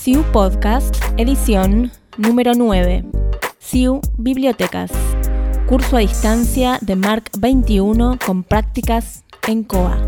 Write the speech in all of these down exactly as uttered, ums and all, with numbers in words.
S I U Podcast, edición número nueve. S I U Bibliotecas. Curso a distancia de Marc veintiuno con prácticas en C O A.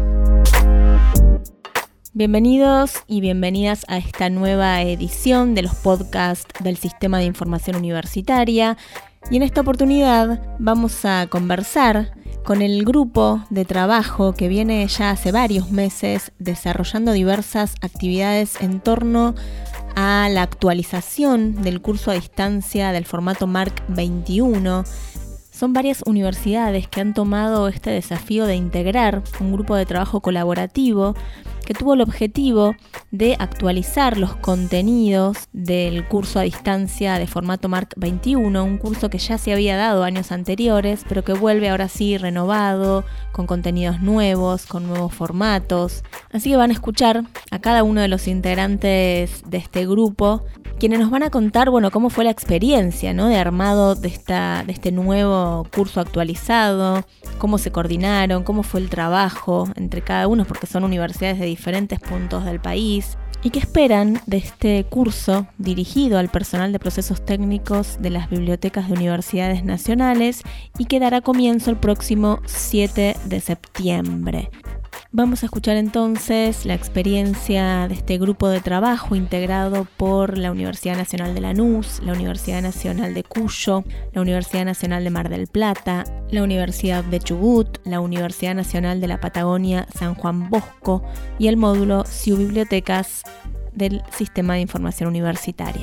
Bienvenidos y bienvenidas a esta nueva edición de los podcasts del Sistema de Información Universitaria. Y en esta oportunidad vamos a conversar con el grupo de trabajo que viene ya hace varios meses desarrollando diversas actividades en torno a la actualización del curso a distancia del formato Marc veintiuno. Son varias universidades que han tomado este desafío de integrar un grupo de trabajo colaborativo que tuvo el objetivo de actualizar los contenidos del curso a distancia de formato Marc veintiuno, un curso que ya se había dado años anteriores, pero que vuelve ahora sí renovado, con contenidos nuevos, con nuevos formatos. Así que van a escuchar a cada uno de los integrantes de este grupo, quienes nos van a contar, bueno, cómo fue la experiencia, ¿no?, de armado de, esta, de este nuevo curso actualizado, cómo se coordinaron, cómo fue el trabajo entre cada uno, porque son universidades de diferentes puntos del país, y qué esperan de este curso dirigido al personal de procesos técnicos de las bibliotecas de universidades nacionales y que dará comienzo el próximo siete de septiembre. Vamos a escuchar entonces la experiencia de este grupo de trabajo integrado por la Universidad Nacional de Lanús, la Universidad Nacional de Cuyo, la Universidad Nacional de Mar del Plata, la Universidad de Chubut, la Universidad Nacional de la Patagonia San Juan Bosco y el módulo S I U Bibliotecas del Sistema de Información Universitaria.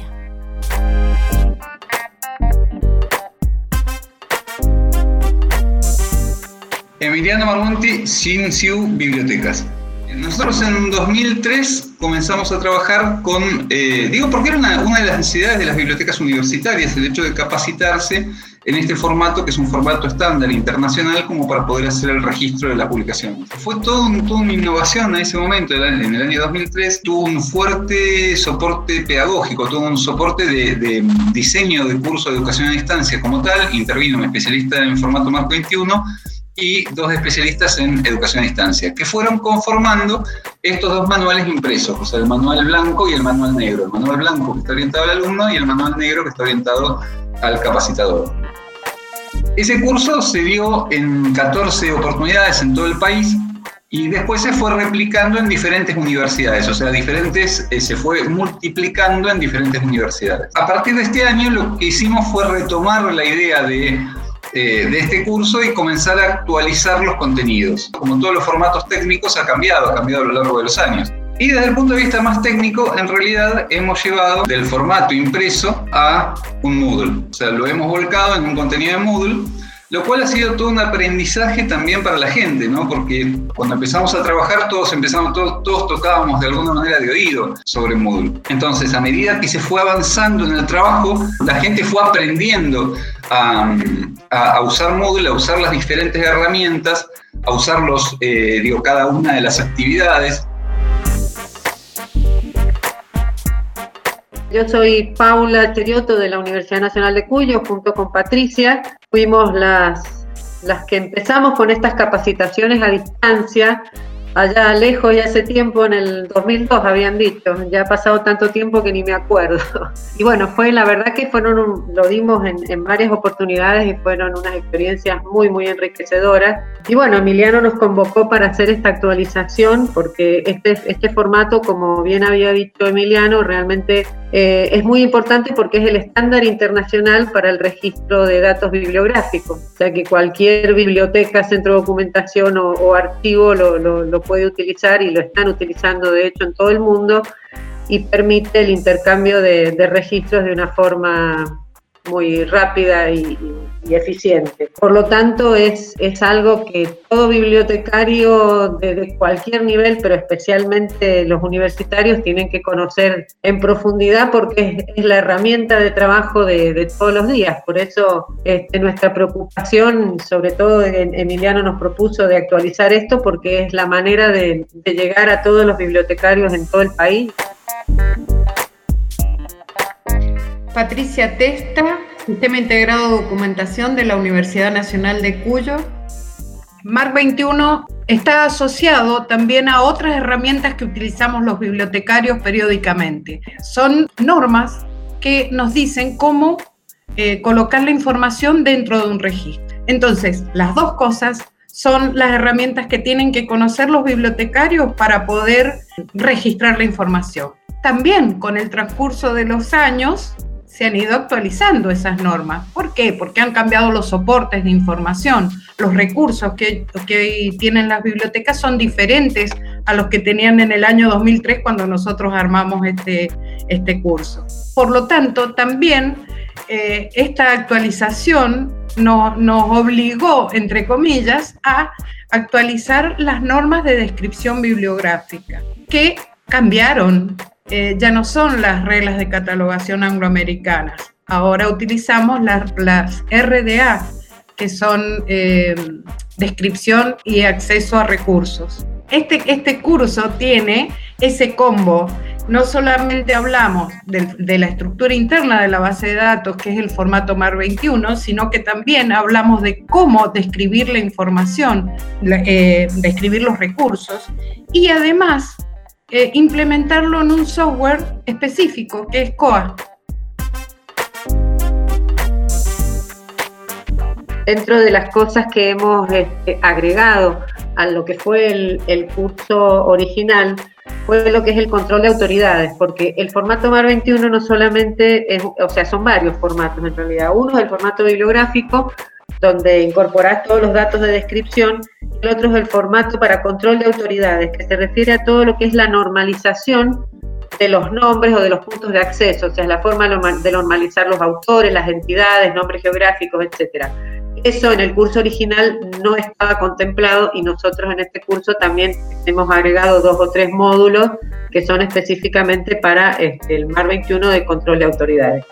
Emiliano Marmonti, sin S I U Bibliotecas. Nosotros en dos mil tres comenzamos a trabajar con, eh, digo porque era una, una de las necesidades de las bibliotecas universitarias, el hecho de capacitarse en este formato, que es un formato estándar internacional, como para poder hacer el registro de la publicación. Fue todo un, toda una innovación en ese momento, en el año dos mil tres, tuvo un fuerte soporte pedagógico, tuvo un soporte de, de diseño de curso de educación a distancia como tal, intervino un especialista en formato Marc veintiuno, y dos especialistas en educación a distancia, que fueron conformando estos dos manuales impresos, o sea, el manual blanco y el manual negro. El manual blanco que está orientado al alumno y el manual negro que está orientado al capacitador. Ese curso se dio en catorce oportunidades en todo el país y después se fue replicando en diferentes universidades, o sea, diferentes, eh, se fue multiplicando en diferentes universidades. A partir de este año lo que hicimos fue retomar la idea de de este curso y comenzar a actualizar los contenidos. Como todos los formatos técnicos ha cambiado, ha cambiado a lo largo de los años. Y desde el punto de vista más técnico, en realidad hemos llevado del formato impreso a un Moodle. O sea, lo hemos volcado en un contenido de Moodle, lo cual ha sido todo un aprendizaje también para la gente, ¿no? Porque cuando empezamos a trabajar, todos empezamos, todos, todos tocábamos de alguna manera de oído sobre Moodle. Entonces, a medida que se fue avanzando en el trabajo, la gente fue aprendiendo a, a, a usar Moodle, a usar las diferentes herramientas, a usarlos, eh, digo, cada una de las actividades. Yo soy Paula Cherioto de la Universidad Nacional de Cuyo, junto con Patricia. Fuimos las, las que empezamos con estas capacitaciones a distancia, allá lejos y hace tiempo, en el dos mil dos habían dicho, ya ha pasado tanto tiempo que ni me acuerdo. Y bueno, fue la verdad que fueron un, lo dimos en, en varias oportunidades y fueron unas experiencias muy, muy enriquecedoras. Y bueno, Emiliano nos convocó para hacer esta actualización porque este, este formato, como bien había dicho Emiliano, realmente eh, es muy importante porque es el estándar internacional para el registro de datos bibliográficos. O sea que cualquier biblioteca, centro de documentación o, o archivo lo, lo, lo puede utilizar y lo están utilizando de hecho en todo el mundo y permite el intercambio de, de registros de una forma muy rápida y, y eficiente. Por lo tanto, es, es algo que todo bibliotecario de, de cualquier nivel, pero especialmente los universitarios, tienen que conocer en profundidad porque es, es la herramienta de trabajo de, de todos los días. Por eso este, nuestra preocupación, sobre todo Emiliano nos propuso de actualizar esto porque es la manera de, de llegar a todos los bibliotecarios en todo el país. Patricia Testa, Sistema Integrado de Documentación de la Universidad Nacional de Cuyo. MARC veintiuno está asociado también a otras herramientas que utilizamos los bibliotecarios periódicamente. Son normas que nos dicen cómo eh, colocar la información dentro de un registro. Entonces, las dos cosas son las herramientas que tienen que conocer los bibliotecarios para poder registrar la información. También con el transcurso de los años se han ido actualizando esas normas. ¿Por qué? Porque han cambiado los soportes de información. Los recursos que, que hoy tienen las bibliotecas son diferentes a los que tenían en el año dos mil tres cuando nosotros armamos este, este curso. Por lo tanto, también eh, esta actualización no, nos obligó, entre comillas, a actualizar las normas de descripción bibliográfica, que cambiaron. Eh, ya no son las reglas de catalogación angloamericanas. Ahora utilizamos las, las R D A, que son eh, descripción y acceso a recursos. Este, este curso tiene ese combo. No solamente hablamos de, de la estructura interna de la base de datos, que es el formato MARC veintiuno, sino que también hablamos de cómo describir la información, eh, describir los recursos, y además Eh, implementarlo en un software específico, que es C O A. Dentro de las cosas que hemos este, agregado a lo que fue el, el curso original, fue lo que es el control de autoridades, porque el formato MARC veintiuno no solamente, es, o sea, son varios formatos en realidad. Uno es el formato bibliográfico, donde incorporás todos los datos de descripción, y el otro es el formato para control de autoridades, que se refiere a todo lo que es la normalización de los nombres o de los puntos de acceso, o sea, la forma de normalizar los autores, las entidades, nombres geográficos, etcétera. Eso en el curso original no estaba contemplado, y nosotros en este curso también hemos agregado dos o tres módulos que son específicamente para este, el MARC veintiuno de control de autoridades.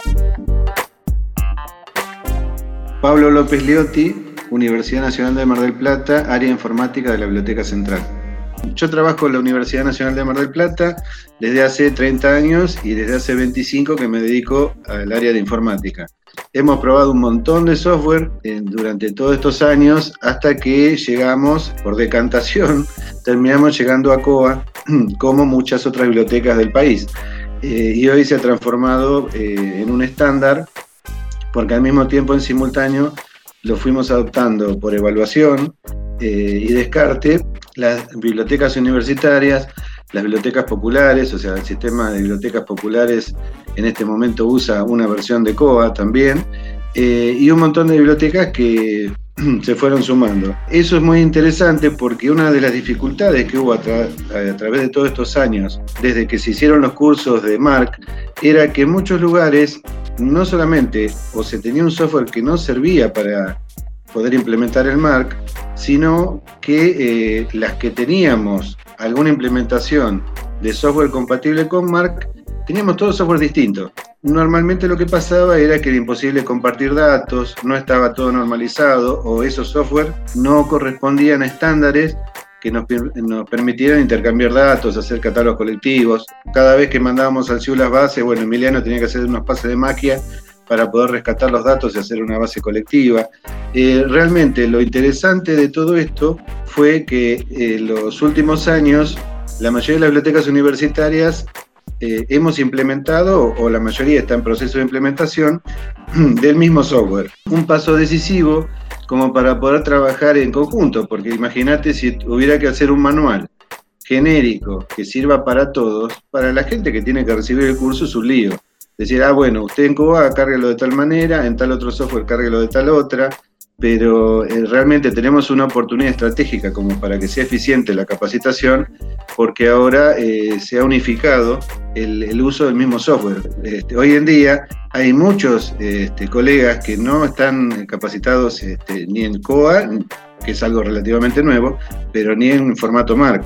Pablo López Liotti, Universidad Nacional de Mar del Plata, área informática de la Biblioteca Central. Yo trabajo en la Universidad Nacional de Mar del Plata desde hace treinta años y desde hace veinticinco que me dedico al área de informática. Hemos probado un montón de software eh, durante todos estos años hasta que llegamos, por decantación, terminamos llegando a C O A, como muchas otras bibliotecas del país. Eh, y hoy se ha transformado eh, en un estándar, porque al mismo tiempo, en simultáneo, lo fuimos adoptando por evaluación eh, y descarte las bibliotecas universitarias, las bibliotecas populares, o sea, el sistema de bibliotecas populares en este momento usa una versión de C O A también, eh, y un montón de bibliotecas que se fueron sumando. Eso es muy interesante porque una de las dificultades que hubo a, tra a través de todos estos años, desde que se hicieron los cursos de MARC, era que en muchos lugares no solamente o se tenía un software que no servía para poder implementar el MARC, sino que eh, las que teníamos alguna implementación de software compatible con MARC, teníamos todo software distinto. Normalmente lo que pasaba era que era imposible compartir datos, no estaba todo normalizado, o esos software no correspondían a estándares que nos, nos permitieran intercambiar datos, hacer catálogos colectivos. Cada vez que mandábamos al C I U las bases, bueno, Emiliano tenía que hacer unos pases de magia para poder rescatar los datos y hacer una base colectiva. Eh, realmente lo interesante de todo esto fue que en eh, los últimos años la mayoría de las bibliotecas universitarias eh, hemos implementado, o, o la mayoría está en proceso de implementación, del mismo software. Un paso decisivo como para poder trabajar en conjunto, porque imagínate si hubiera que hacer un manual genérico que sirva para todos, para la gente que tiene que recibir el curso es un lío. Decir, ah, bueno, usted en C O A cárguelo de tal manera, en tal otro software cárguelo de tal otra, pero eh, realmente tenemos una oportunidad estratégica como para que sea eficiente la capacitación, porque ahora eh, se ha unificado el, el uso del mismo software. Este, hoy en día hay muchos este, colegas que no están capacitados este, ni en C O A, que es algo relativamente nuevo, pero ni en formato MARC.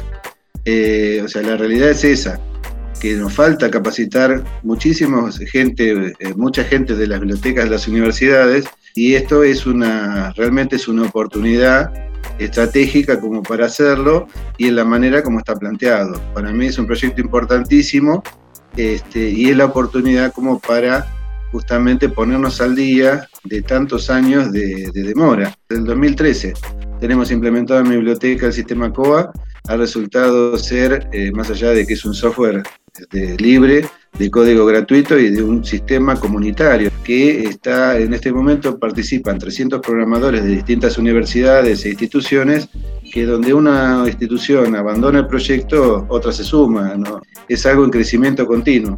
Eh, o sea, la realidad es esa, que nos falta capacitar muchísima gente, eh, mucha gente de las bibliotecas de las universidades, y esto es una, realmente es una oportunidad estratégica como para hacerlo, y en la manera como está planteado. Para mí es un proyecto importantísimo, este, y es la oportunidad como para justamente ponernos al día de tantos años de, de demora. Del dos mil trece tenemos implementado en mi biblioteca el sistema C O A, ha resultado ser, eh, más allá de que es un software este, libre, de código gratuito y de un sistema comunitario que está en este momento, participan trescientos programadores de distintas universidades e instituciones, que donde una institución abandona el proyecto, otra se suma, ¿no? Es algo en crecimiento continuo.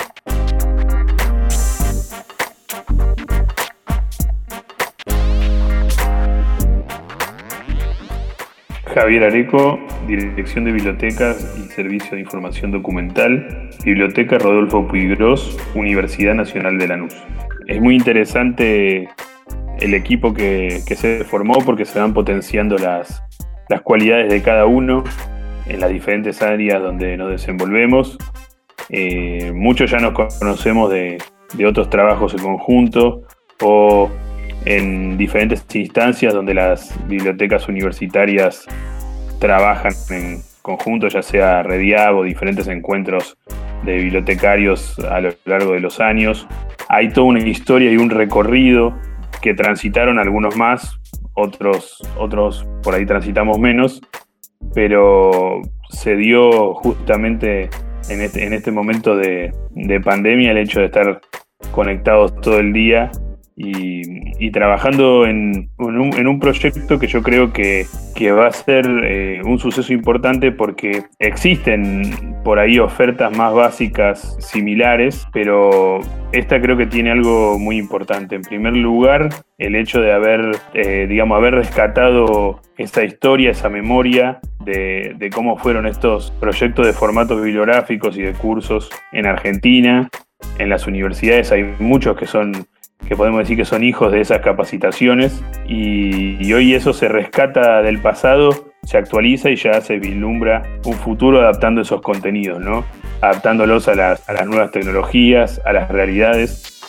Javier Areco, Dirección de Bibliotecas y Servicio de Información Documental, Biblioteca Rodolfo Puiggrós, Universidad Nacional de Lanús. Es muy interesante el equipo que, que se formó porque se van potenciando las, las cualidades de cada uno en las diferentes áreas donde nos desenvolvemos. Eh, muchos ya nos conocemos de, de otros trabajos en conjunto o en diferentes instancias donde las bibliotecas universitarias trabajan en conjunto, ya sea Rediab o diferentes encuentros de bibliotecarios a lo largo de los años. Hay toda una historia y un recorrido que transitaron algunos más, otros, otros por ahí transitamos menos, pero se dio justamente en este, en este momento de, de pandemia el hecho de estar conectados todo el día Y, y trabajando en, en, un, en un proyecto que yo creo que, que va a ser eh, un suceso importante porque existen por ahí ofertas más básicas similares, pero esta creo que tiene algo muy importante. En primer lugar, el hecho de haber, eh, digamos, haber rescatado esa historia, esa memoria de, de cómo fueron estos proyectos de formatos bibliográficos y de cursos en Argentina. En las universidades hay muchos que son que podemos decir que son hijos de esas capacitaciones y, y hoy eso se rescata del pasado, se actualiza y ya se vislumbra un futuro adaptando esos contenidos, ¿no? Adaptándolos a las, a las nuevas tecnologías, a las realidades.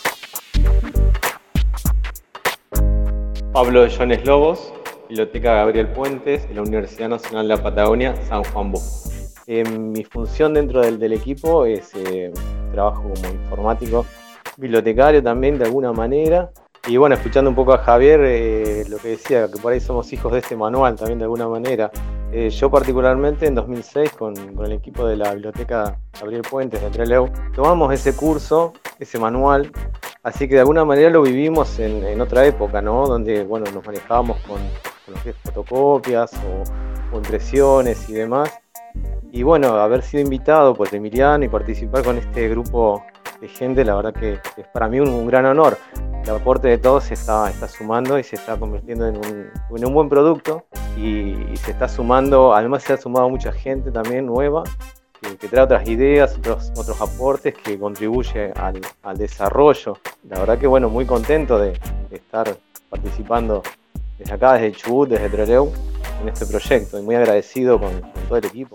Pablo Jones Lobos, Biblioteca Gabriel Puentes, de la Universidad Nacional de la Patagonia, San Juan Bosco. Eh, mi función dentro del, del equipo es eh, trabajo como informático, bibliotecario también de alguna manera, y bueno, escuchando un poco a Javier, eh, lo que decía, que por ahí somos hijos de este manual también de alguna manera. Eh, yo particularmente en dos mil seis con, con el equipo de la Biblioteca Gabriel Puentes de Trelew, tomamos ese curso, ese manual, así que de alguna manera lo vivimos en, en otra época, ¿no? Donde bueno, nos manejábamos con, con lo que es fotocopias o, o impresiones y demás. Y bueno, haber sido invitado por Emiliano y participar con este grupo de gente, la verdad que es para mí un, un gran honor. El aporte de todos se está, está sumando y se está convirtiendo en un, en un buen producto y, y se está sumando, además se ha sumado mucha gente también nueva que, que trae otras ideas, otros, otros aportes que contribuye al, al desarrollo. La verdad que bueno, muy contento de, de estar participando desde acá, desde Chubut, desde Trelew, en este proyecto y muy agradecido con, con todo el equipo.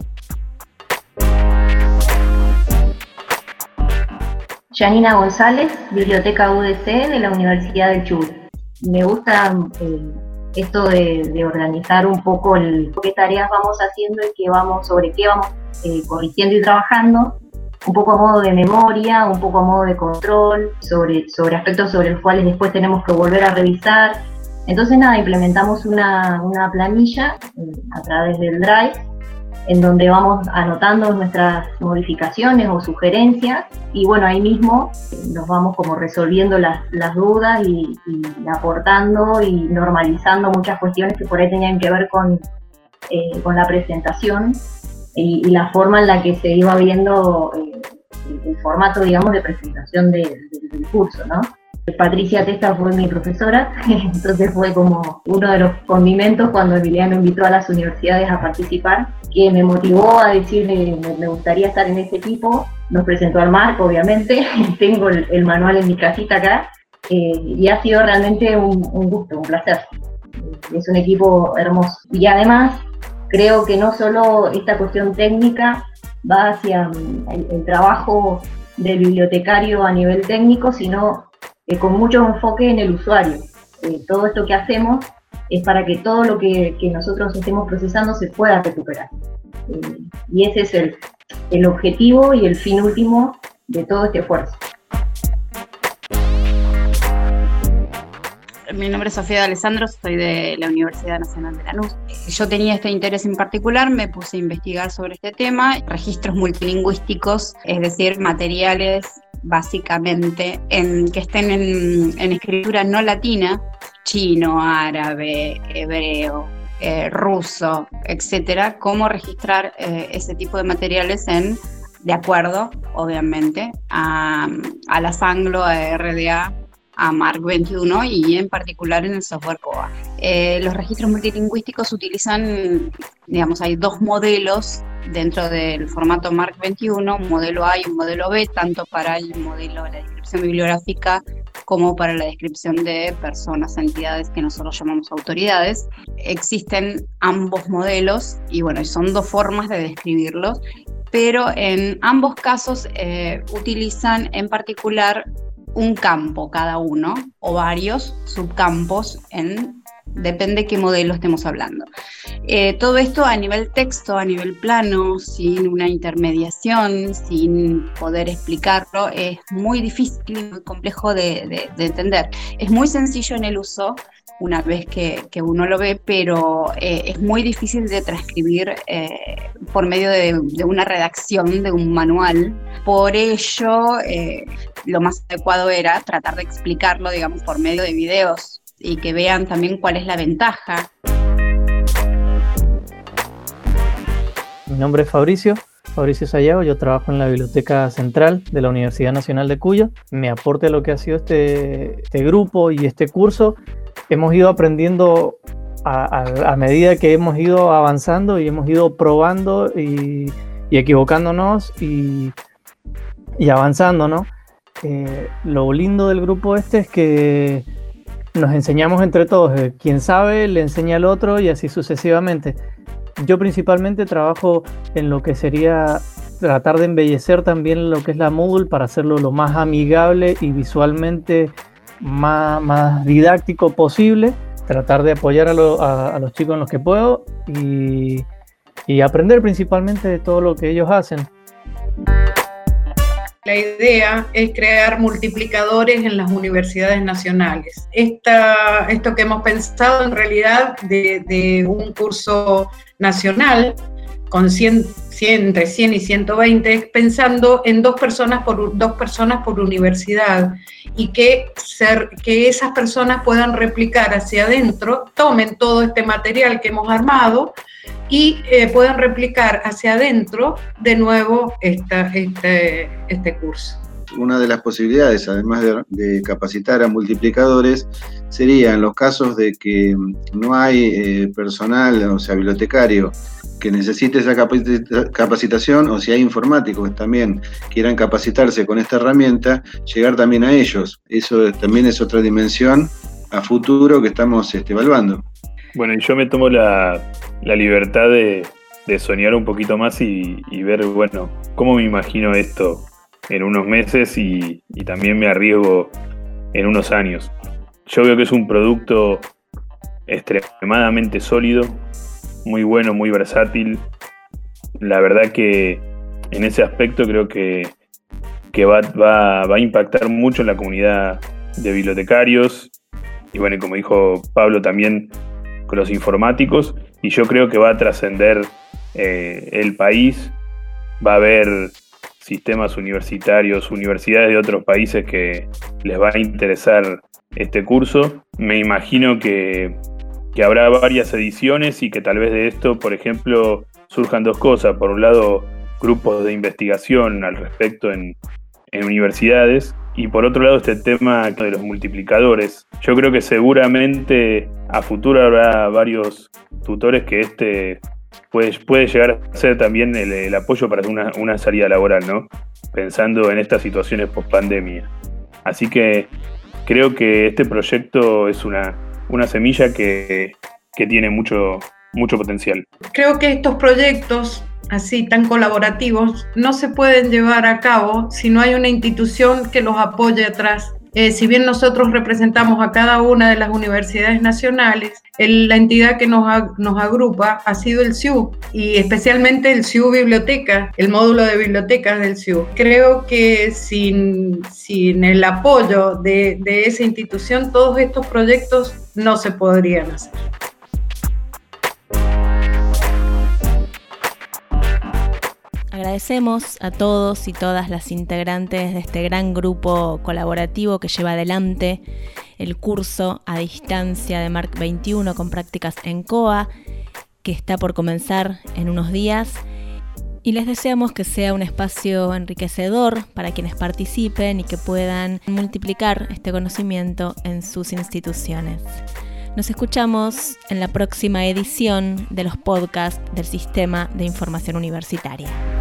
Janina González, Biblioteca U D C de la Universidad del Chubut. Me gusta eh, esto de, de organizar un poco el, qué tareas vamos haciendo y qué vamos, sobre qué vamos eh, corrigiendo y trabajando, un poco a modo de memoria, un poco a modo de control, sobre, sobre aspectos sobre los cuales después tenemos que volver a revisar. Entonces nada, implementamos una, una planilla eh, a través del Drive, en donde vamos anotando nuestras modificaciones o sugerencias y bueno, ahí mismo nos vamos como resolviendo las, las dudas y, y aportando y normalizando muchas cuestiones que por ahí tenían que ver con, eh, con la presentación y, y la forma en la que se iba viendo eh, el formato, digamos, de presentación de, de, del curso, ¿no? Patricia Testa fue mi profesora, entonces fue como uno de los condimentos cuando Emiliano invitó a las universidades a participar, que me motivó a decirle me, me gustaría estar en este equipo. Nos presentó al Marco, obviamente, tengo el, el manual en mi casita acá, eh, y ha sido realmente un, un gusto, un placer. Es un equipo hermoso. Y además, creo que no solo esta cuestión técnica va hacia el, el trabajo del bibliotecario a nivel técnico, sino Eh, con mucho enfoque en el usuario. Eh, todo esto que hacemos es para que todo lo que, que nosotros estemos procesando se pueda recuperar. Eh, y ese es el, el objetivo y el fin último de todo este esfuerzo. Mi nombre es Sofía de Alessandro, soy de la Universidad Nacional de Lanús. Yo tenía este interés en particular, me puse a investigar sobre este tema, registros multilingüísticos, es decir, materiales básicamente en, que estén en, en escritura no latina, chino, árabe, hebreo, eh, ruso, etcétera, cómo registrar eh, ese tipo de materiales en, de acuerdo, obviamente, a, a las Anglo, a R D A, a Mark veintiuno y en particular en el software C O A. Eh, los registros multilingüísticos utilizan, digamos, hay dos modelos dentro del formato Mark veintiuno, un modelo A y un modelo B, tanto para el modelo de la descripción bibliográfica como para la descripción de personas, entidades que nosotros llamamos autoridades. Existen ambos modelos y bueno, son dos formas de describirlos, pero en ambos casos eh, utilizan en particular un campo cada uno o varios subcampos, en, depende qué modelo estemos hablando. Eh, todo esto a nivel texto, a nivel plano, sin una intermediación, sin poder explicarlo, es muy difícil y muy complejo de, de, de entender. Es muy sencillo en el uso una vez que, que uno lo ve, pero eh, es muy difícil de transcribir eh, por medio de, de una redacción, de un manual. Por ello, eh, lo más adecuado era tratar de explicarlo, digamos, por medio de videos y que vean también cuál es la ventaja. Mi nombre es Fabricio, Fabricio Sayago, yo trabajo en la Biblioteca Central de la Universidad Nacional de Cuyo. Mi aporte a lo que ha sido este, este grupo y este curso, hemos ido aprendiendo a, a, a medida que hemos ido avanzando y hemos ido probando y, y equivocándonos y, y avanzando, ¿no? Eh, lo lindo del grupo este es que nos enseñamos entre todos. Eh, quien sabe le enseña al otro y así sucesivamente. Yo principalmente trabajo en lo que sería tratar de embellecer también lo que es la Moodle para hacerlo lo más amigable y visualmente más, más didáctico posible, tratar de apoyar a, lo, a, a los chicos en los que puedo y, y aprender principalmente de todo lo que ellos hacen. La idea es crear multiplicadores en las universidades nacionales. Esta, esto que hemos pensado en realidad de, de un curso nacional con cien, cien, entre cien y ciento veinte, pensando en dos personas por, dos personas por universidad y que, ser, que esas personas puedan replicar hacia adentro, tomen todo este material que hemos armado y eh, puedan replicar hacia adentro de nuevo esta, este, este curso. Una de las posibilidades, además de, de capacitar a multiplicadores, sería en los casos de que no hay eh, personal, o sea, bibliotecario, que necesite esa capacitación, o si hay informáticos que también quieran capacitarse con esta herramienta, llegar también a ellos. Eso también es otra dimensión a futuro que estamos este, evaluando. Bueno, y yo me tomo la, la libertad de, de soñar un poquito más y, y ver, bueno, cómo me imagino esto en unos meses y, y también me arriesgo en unos años. Yo veo que es un producto extremadamente sólido, muy bueno, muy versátil. La verdad que en ese aspecto creo que, que va, va, va a impactar mucho en la comunidad de bibliotecarios y bueno, como dijo Pablo también con los informáticos, y yo creo que va a trascender eh, el país. Va a haber sistemas universitarios, universidades de otros países que les va a interesar este curso. Me imagino que, que habrá varias ediciones y que tal vez de esto, por ejemplo, surjan dos cosas. Por un lado, grupos de investigación al respecto en, en universidades, y por otro lado este tema de los multiplicadores. Yo creo que seguramente a futuro habrá varios tutores que este puede, puede llegar a ser también el, el apoyo para una, una salida laboral, ¿no? Pensando en estas situaciones post-pandemia. Así que creo que este proyecto es una, una semilla que, que tiene mucho, mucho potencial. Creo que estos proyectos así tan colaborativos no se pueden llevar a cabo si no hay una institución que los apoye atrás eh, si bien nosotros representamos a cada una de las universidades nacionales, el, la entidad que nos, a, nos agrupa ha sido el C I U, y especialmente el C I U Biblioteca, el módulo de bibliotecas del C I U. Creo que sin, sin el apoyo de, de esa institución, todos estos proyectos no se podrían hacer. Agradecemos a todos y todas las integrantes de este gran grupo colaborativo que lleva adelante el curso a distancia de Marc veintiuno con prácticas en C O A, que está por comenzar en unos días, y les deseamos que sea un espacio enriquecedor para quienes participen y que puedan multiplicar este conocimiento en sus instituciones. Nos escuchamos en la próxima edición de los podcasts del Sistema de Información Universitaria.